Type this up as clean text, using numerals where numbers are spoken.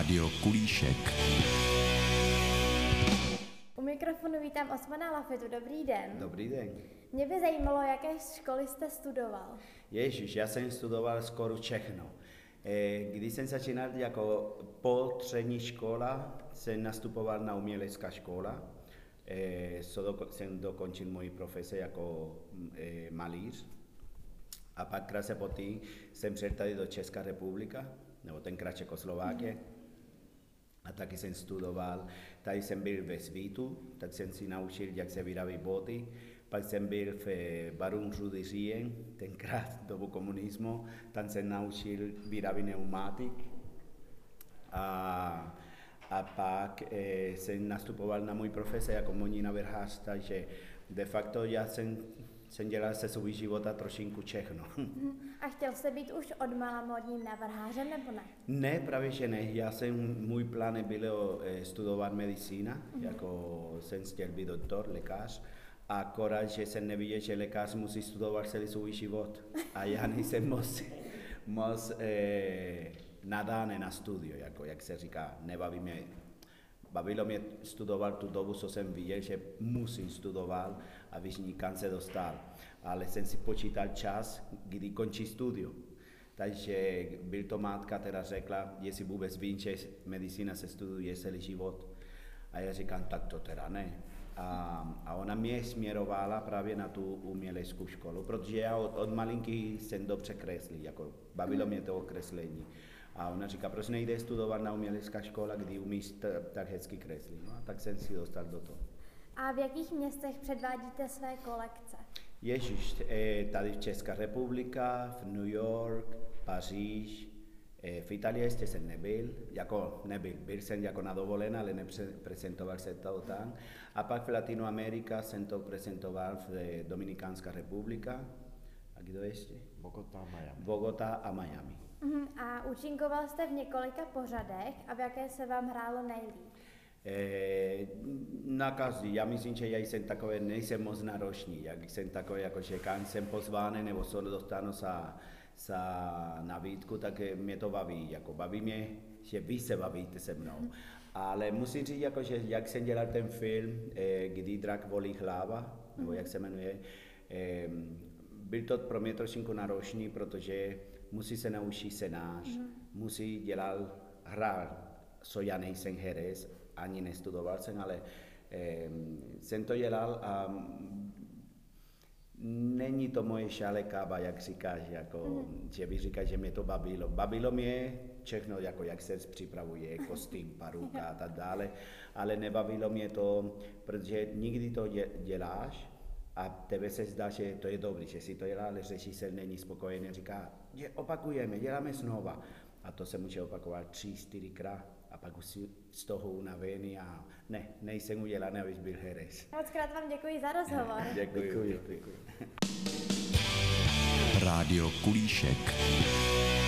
Rádio Kulíšek. U mikrofonu vítám Osmana Lafitu. Dobrý den. Dobrý den. Mě by zajímalo, jaké školy jste studoval. Ježiš, já jsem studoval skoro všechno. Když jsem začínal jako po střední škola, jsem nastupoval na umělecká škola. Jsem dokončil moji profesi jako malíř. A pak krátce poté jsem přijel tady do České republiky, nebo tenkrát Čekoslovákie. A taky jsem studoval, tady jsem byl ve Svítu, tak jsem si naučil, jak se vyrábí boty. Pak jsem byl v Baru Rudy Říjen, tenkrát dobu komunismu, tam jsem naučil vyrábět pneumatik. A pak jsem nastupoval na můj profesi jako modní navrhář, takže de facto já jsem dělal se svůj života trošinku všechno. A chtěl jste být už od mala modním navrhářem, nebo ne? Ne, právě že ne. Můj plán byl studovat medicína, jako jsem chtěl být doktor, lékař. Akorát, že jsem neviděl, že lékař musí studovat celý svůj život. A já nejsem moc nadány na studio, jako jak se říká, nebaví mě. Bavilo mě studovat tu dobu, co jsem viděl, že musím studovat, abych nikam se dostal. Ale jsem si počítal čas, kdy končí studium. Takže byl to matka, která řekla, jestli vůbec vím, že medicína se studuje celý život. A já říkám, tak to teda ne. A ona mě směrovala právě na tu uměleckou školu, protože já od malinky jsem dobře kreslil, jako bavilo mě to kreslení. A ona říká, proč nejde studovat na umělecká škola, kdy umíš tak hezky kreslit. No a tak jsem si dostal do toho. A v jakých městech předvádíte své kolekce? Ježiš, tady v České republice, v New York, Paříž, v Itálii ještě jsem byl jsem jako na dovolené, ale neprezentoval se to tam. A pak v Latinoamerice jsem to prezentoval v Dominikánská republika. A kdo ještě? Bogotá a Miami. A účinkoval jste v několika pořadech a v jaké se vám hrálo nejlíp? Na každý. Já myslím, že já jsem takový, nejsem moc náročný. Jak jsem takový, jako že když jsem pozvaný nebo se dostanu za nabídku, tak mě to baví. Jako baví mě, že vy se bavíte se mnou. Ale musím říct, jako, že jak jsem dělal ten film, Kdy drak volí hlava, nebo jak se jmenuje, byl to pro mě trošku náročný, protože musí se naučit scénář, musí hrát, co já nejsem herec, ani nestudoval jsem, ale jsem to dělal a není to moje šále káva, jak říkáš, jako, že bych říkal, že mě to bavilo. Bavilo mě všechno, jako jak se připravuje, kostým, paruka a tak dále, ale nebavilo mě to, protože nikdy to děláš, a tebe se zdá, že to je dobrý, že si to dělá, ale režisér není spokojený, říká, opakujeme, děláme znova. A to se může opakovat 3-4krát a pak už si z toho unavený a nejsem udělaný, abych byl herec. Mockrát vám děkuji za rozhovor. Děkuji. Rádio Kulíšek.